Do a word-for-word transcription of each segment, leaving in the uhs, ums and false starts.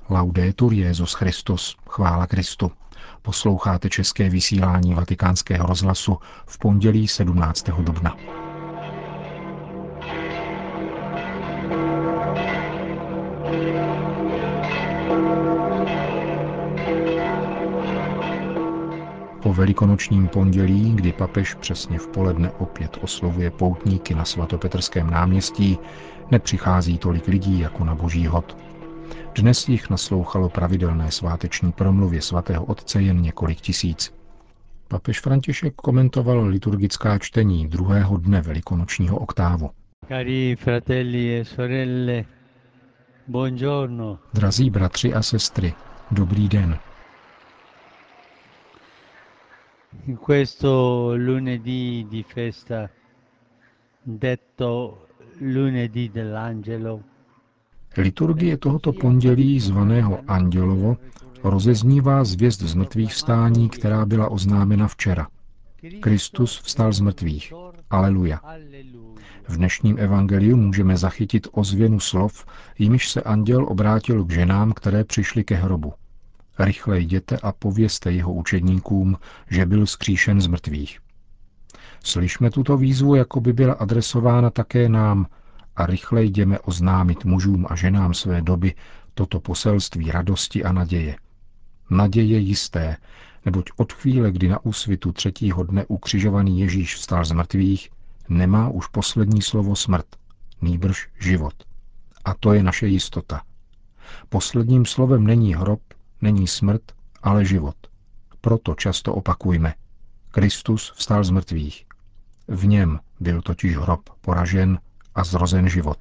Laudetur Jesus Christus, chvála Kristu. Posloucháte české vysílání Vatikánského rozhlasu v pondělí sedmnáctého dubna. Po velikonočním pondělí, kdy papež přesně v poledne opět oslovuje poutníky na svatopetrském náměstí, nepřichází tolik lidí jako na Boží hod. Dnes jich naslouchalo pravidelné sváteční promluvě svatého otce jen několik tisíc. Papež František komentoval liturgická čtení druhého dne velikonočního oktávu. Cari fratelli e sorelle, buongiorno. Drazí bratři a sestry, dobrý den. In questo lunedì di festa, detto lunedì dell'angelo, Liturgie tohoto pondělí zvaného Andělovo rozeznívá zvěst z mrtvých vstání, která byla oznámena včera. Kristus vstal z mrtvých. Aleluja. V dnešním evangeliu můžeme zachytit ozvěnu slov, jimiž se anděl obrátil k ženám, které přišly ke hrobu. Rychle jděte a povězte jeho učedníkům, že byl vzkříšen z mrtvých. Slyšme tuto výzvu, jako by byla adresována také nám, a rychle jdeme oznámit mužům a ženám své doby toto poselství radosti a naděje. Naděje jisté, neboť od chvíle, kdy na úsvitu třetího dne ukřižovaný Ježíš vstal z mrtvých, nemá už poslední slovo smrt, nýbrž život. A to je naše jistota. Posledním slovem není hrob, není smrt, ale život. Proto často opakujme. Kristus vstal z mrtvých. V něm byl totiž hrob poražen a zrozen život.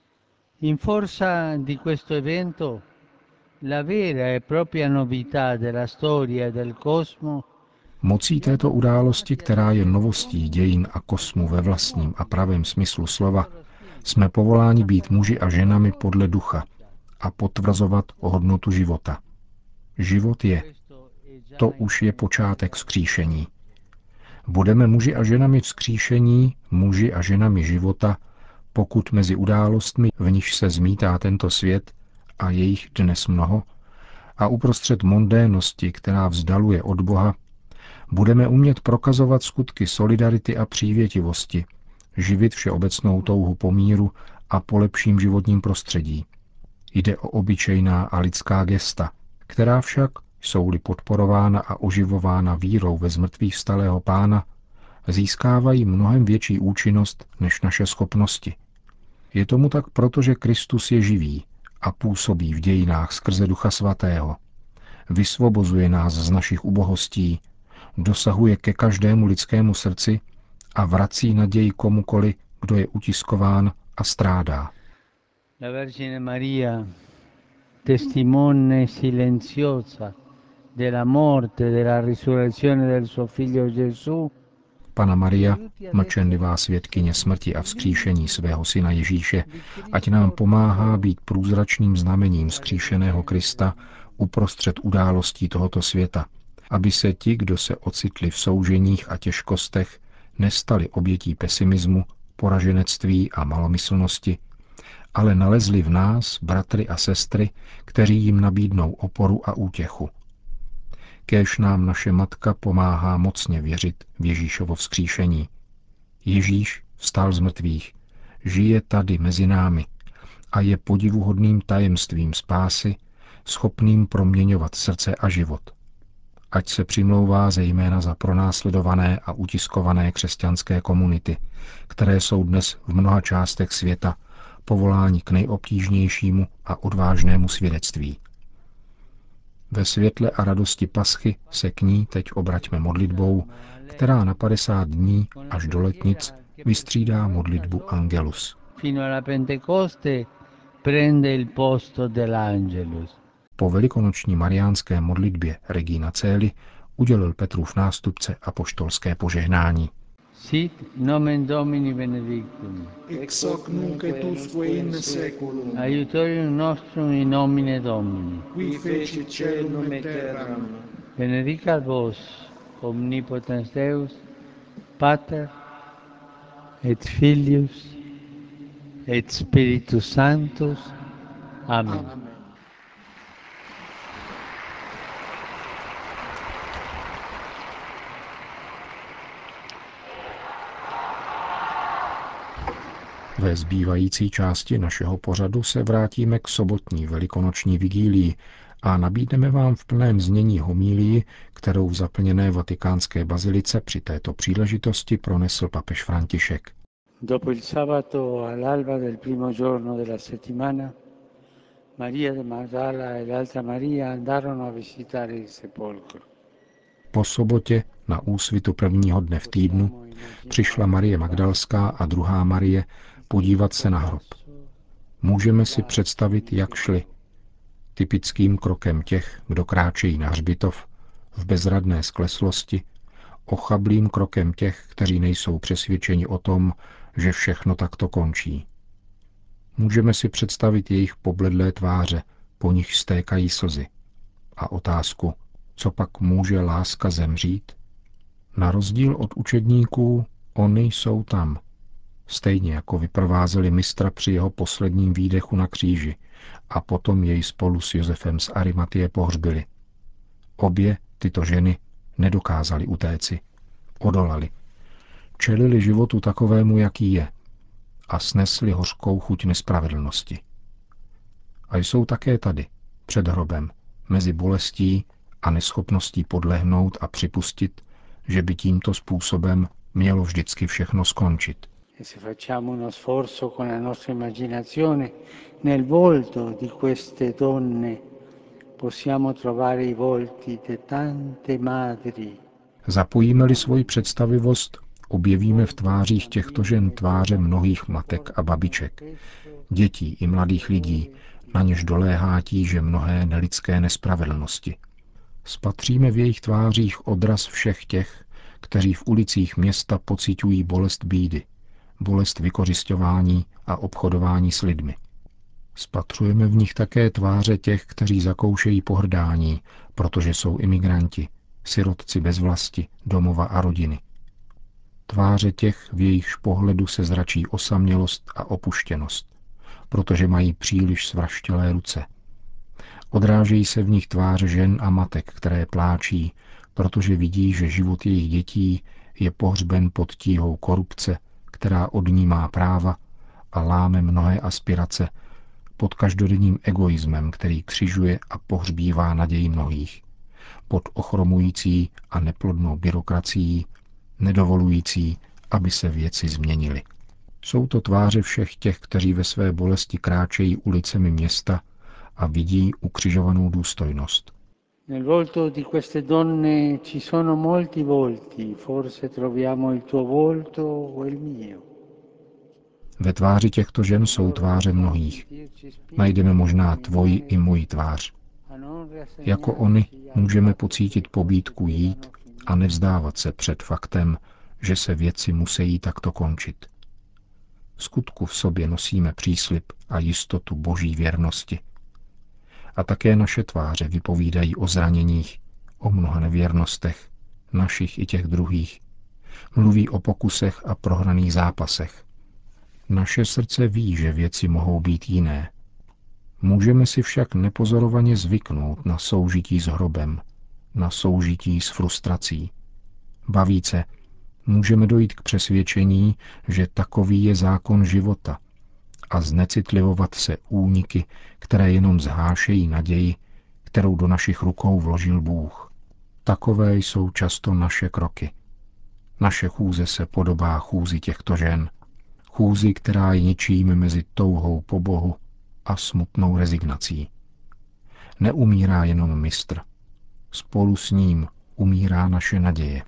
in forza di questo evento, la vera e propria novità della storia del cosmo Mocí této události, která je novostí dějin a kosmu ve vlastním a pravém smyslu slova, jsme povoláni být muži a ženami podle ducha a potvrzovat hodnotu života. Život je. To už je počátek vzkříšení. Budeme muži a ženami vzkříšení, muži a ženami života, pokud mezi událostmi, v nichž se zmítá tento svět, a je jich dnes mnoho, a uprostřed mondénnosti, která vzdaluje od Boha, budeme umět prokazovat skutky solidarity a přívětivosti, živit všeobecnou touhu po míru a po lepším životním prostředí. Jde o obyčejná a lidská gesta, která však, jsou-li podporována a oživována vírou ve zmrtvých vstalého Pána, získávají mnohem větší účinnost než naše schopnosti. Je tomu tak proto, že Kristus je živý a působí v dějinách skrze Ducha Svatého. Vysvobozuje nás z našich ubohostí, dosahuje ke každému lidskému srdci a vrací naději komukoli, kdo je utiskován a strádá. La Vergine Maria, testimone silenziosa della morte e della risurrezione del suo figlio Gesù, Panna Maria, mlčenlivá svědkyně smrti a vzkříšení svého syna Ježíše, ať nám pomáhá být průzračným znamením vzkříšeného Krista uprostřed událostí tohoto světa, aby se ti, kdo se ocitli v souženích a těžkostech, nestali obětí pesimismu, poraženectví a malomyslnosti, ale nalezli v nás bratry a sestry, kteří jim nabídnou oporu a útěchu. Kéž nám naše matka pomáhá mocně věřit v Ježíšovo vzkříšení. Ježíš vstal z mrtvých, žije tady mezi námi a je podivuhodným tajemstvím spásy, schopným proměňovat srdce a život. Ať se přimlouvá zejména za pronásledované a utiskované křesťanské komunity, které jsou dnes v mnoha částech světa povoláni k nejobtížnějšímu a odvážnému svědectví. Ve světle a radosti Paschy se k ní teď obraťme modlitbou, která na padesát dní až do letnic vystřídá modlitbu Angelus. fino alla Pentecoste prende il posto dell'Angelus. Po velikonoční mariánské modlitbě Regina Coeli udělil Petrův nástupce apoštolské požehnání. Sit nomen Domini benedictum. Ex hoc nunc et usque in seculum. Aiutorium nostrum in nomine Domini. Qui fecit caelum et terram. Benedicat vos, omnipotens Deus, Pater et Filius et Spiritus Sanctus. Amen. Amen. Ve zbývající části našeho pořadu se vrátíme k sobotní velikonoční vigílii a nabídneme vám v plném znění homílii, kterou v zaplněné vatikánské bazilice při této příležitosti pronesl papež František. Dopo il sabato all'alba del primo giorno della settimana, Maria de Magdala e l'altra Maria andarono a visitare il sepolcro. Po sobotě na úsvitu prvního dne v týdnu přišla Marie Magdalská a druhá Marie podívat se na hrob. Můžeme si představit, jak šli. Typickým krokem těch, kdo kráčejí na hřbitov, v bezradné skleslosti, ochablým krokem těch, kteří nejsou přesvědčeni o tom, že všechno takto končí. Můžeme si představit jejich pobledlé tváře, po nich stékají slzy. A otázku, co pak může láska zemřít? Na rozdíl od učedníků, oni jsou tam. Stejně jako vyprovázeli mistra při jeho posledním výdechu na kříži a potom jej spolu s Josefem z Arimatie pohřbili. Obě tyto ženy nedokázaly utéci. Odolali. Čelili životu takovému, jaký je, a snesli hořkou chuť nespravedlnosti. A jsou také tady, před hrobem, mezi bolestí a neschopností podlehnout a připustit, že by tímto způsobem mělo vždycky všechno skončit. Se facciamo uno sforzo con la nostra immaginazione nel volto di queste donne possiamo trovare i volti di tante madri. Zapojíme-li svoji představivost, objevíme v tvářích těchto žen tváře mnohých matek a babiček, dětí i mladých lidí, na něž doléhá tíže mnohé nelidské nespravedlnosti. Spatříme v jejich tvářích odraz všech těch, kteří v ulicích města pociťují bolest bídy, bolest vykořisťování a obchodování s lidmi. Spatřujeme v nich také tváře těch, kteří zakoušejí pohrdání, protože jsou imigranti, sirotci bez vlasti, domova a rodiny. Tváře těch, v jejichž pohledu se zračí osamělost a opuštěnost, protože mají příliš svraštělé ruce. Odrážejí se v nich tváře žen a matek, které pláčí, protože vidí, že život jejich dětí je pohřben pod tíhou korupce, která odnímá práva a láme mnohé aspirace, pod každodenním egoismem, který křižuje a pohřbívá naději mnohých, pod ochromující a neplodnou byrokracií, nedovolující, aby se věci změnily. Jsou to tváře všech těch, kteří ve své bolesti kráčejí ulicemi města a vidí ukřižovanou důstojnost. Nel volto di queste donne ci sono molti volti, forse troviamo il tuo volto o il mio. Ve tváři těchto žen jsou tváře mnohých. Najdeme možná tvoji i moji tvář. Jako oni můžeme pocítit pobídku jít a nevzdávat se před faktem, že se věci musí takto končit. V skutku v sobě nosíme příslib a jistotu boží věrnosti. A také naše tváře vypovídají o zraněních, o mnoha nevěrnostech, našich i těch druhých. Mluví o pokusech a prohraných zápasech. Naše srdce ví, že věci mohou být jiné. Můžeme si však nepozorovaně zvyknout na soužití s hrobem, na soužití s frustrací. Ba více, můžeme dojít k přesvědčení, že takový je zákon života a znecitlivovat se úniky, které jenom zhášejí naději, kterou do našich rukou vložil Bůh. Takové jsou často naše kroky. Naše chůze se podobá chůzi těchto žen. Chůzi, která je ničím mezi touhou po Bohu a smutnou rezignací. Neumírá jenom mistr. Spolu s ním umírá naše naděje.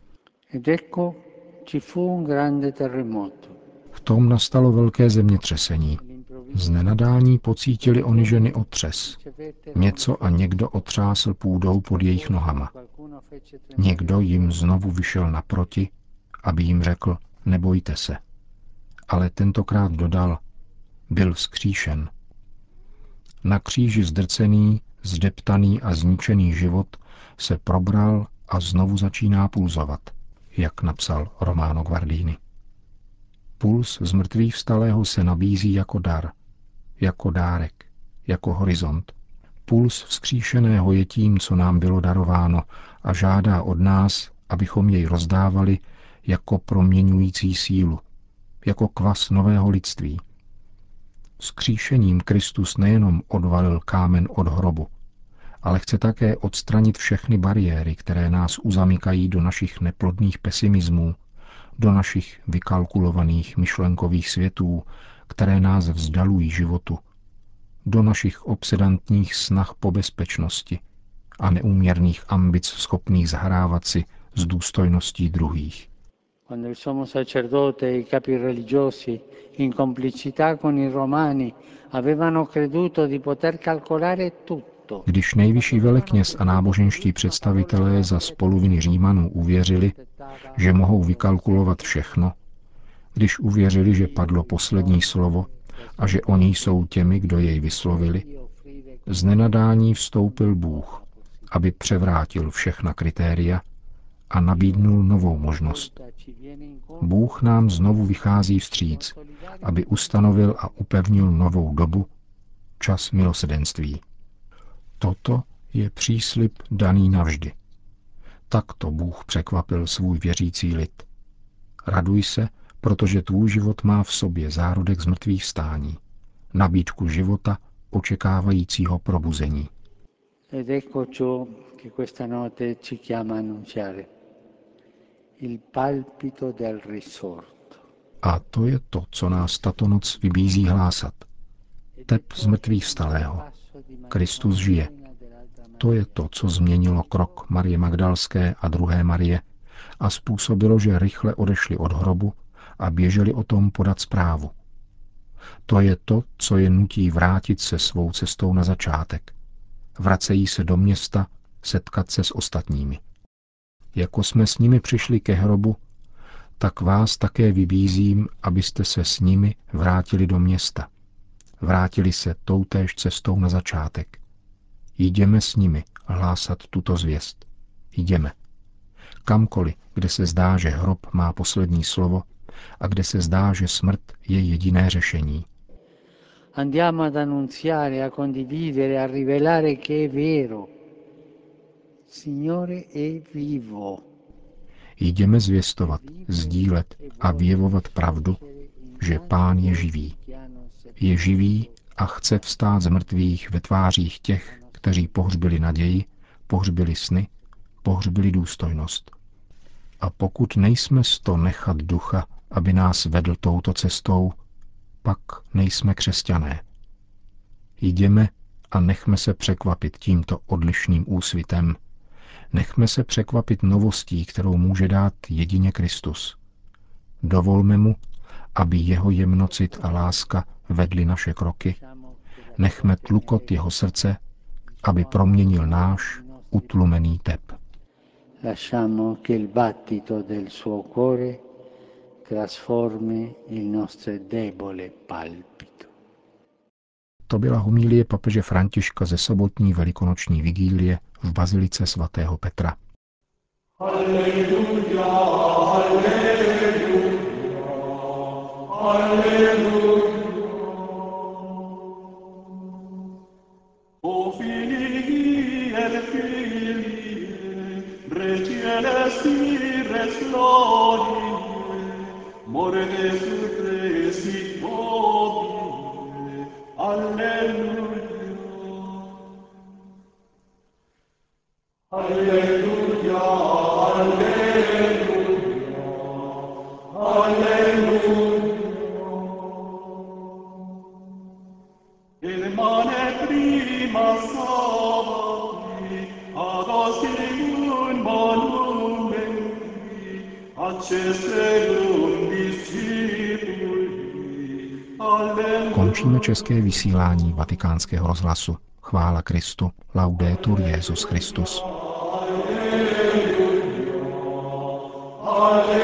V tom nastalo velké zemětřesení. Z nenadání pocítili oni ženy otřes. Něco a někdo otřásl půdou pod jejich nohama. Někdo jim znovu vyšel naproti, aby jim řekl, nebojte se. Ale tentokrát dodal, byl vzkříšen. Na kříži zdrcený, zdeptaný a zničený život se probral a znovu začíná pulzovat, jak napsal Romano Guardini. Puls z mrtvých vstalého se nabízí jako dar, jako dárek, jako horizont. Puls vzkříšeného je tím, co nám bylo darováno a žádá od nás, abychom jej rozdávali jako proměňující sílu, jako kvas nového lidství, Skříšením Kristus nejenom odvalil kámen od hrobu, ale chce také odstranit všechny bariéry, které nás uzamykají do našich neplodných pesimismů, do našich vykalkulovaných myšlenkových světů, které nás vzdalují životu, do našich obsedantních snah po bezpečnosti a neúměrných ambic schopných zahrávat si s důstojností druhých. Quando il sommo sacerdote e i capi religiosi, in complicità con i romani, avevano creduto di poter calcolare tutto. Když nejvyšší velekněz a náboženští představitelé za spoluviny Římanů uvěřili, že mohou vykalkulovat všechno, když uvěřili, že padlo poslední slovo a že oni jsou těmi, kdo jej vyslovili, z nenadání vstoupil Bůh, aby převrátil všechna kritéria a nabídnul novou možnost. Bůh nám znovu vychází vstříc, aby ustanovil a upevnil novou dobu, čas milosedenství. Toto je příslib daný navždy. Takto Bůh překvapil svůj věřící lid. Raduj se, protože tvůj život má v sobě zárodek zmrtvých vstání, nabídku života očekávajícího probuzení. Ed ecco ciò che questa notte ci chiama a annunciare. Il palpito del risorto. A to je to, co nás tato noc vybízí hlásat. Tep zmrtvých vstalého. Kristus žije. To je to, co změnilo krok Marie Magdalské a druhé Marie a způsobilo, že rychle odešli od hrobu a běželi o tom podat zprávu. To je to, co je nutí vrátit se svou cestou na začátek. Vracejí se do města setkat se s ostatními. Jako jsme s nimi přišli ke hrobu, tak vás také vybízím, abyste se s nimi vrátili do města. Vrátili se toutéž cestou na začátek. Jdeme s nimi hlásat tuto zvěst. Jdeme. Kamkoliv, kde se zdá, že hrob má poslední slovo a kde se zdá, že smrt je jediné řešení. Andiamo ad annunziare, a condividere, a rivelare che è vero. Signore è vivo. Jdeme zvěstovat, sdílet a vyjevovat pravdu, že Pán je živý. Je živý a chce vstát z mrtvých ve tvářích těch, kteří pohřbili naději, pohřbili sny, pohřbili důstojnost. A pokud nejsme sto nechat ducha, aby nás vedl touto cestou, pak nejsme křesťané. Jdeme a nechme se překvapit tímto odlišným úsvitem. Nechme se překvapit novostí, kterou může dát jedině Kristus. Dovolme mu, aby jeho jemnocit a láska vedli naše kroky. Nechme tlukot jeho srdce, aby proměnil náš utlumený tep. Lasciamo che il battito del suo cuore trasformi il nostro debole palpito. To byla homilie papeže Františka ze sobotní velikonoční vigílie v bazilice svatého Petra. Alleluja, alleluja, alleluja. O filii et filii, recelesti res glorie, morte suppressit nobile, alleluja. Alleluja, alleluja, alleluja. Il mane prima sabati, ad ostium monumenti, accesserum discipuli, alleluja. Končíme české vysílání Vatikánského rozhlasu. Chvála Kristu, laudetur Jesus Christus. Alleluja.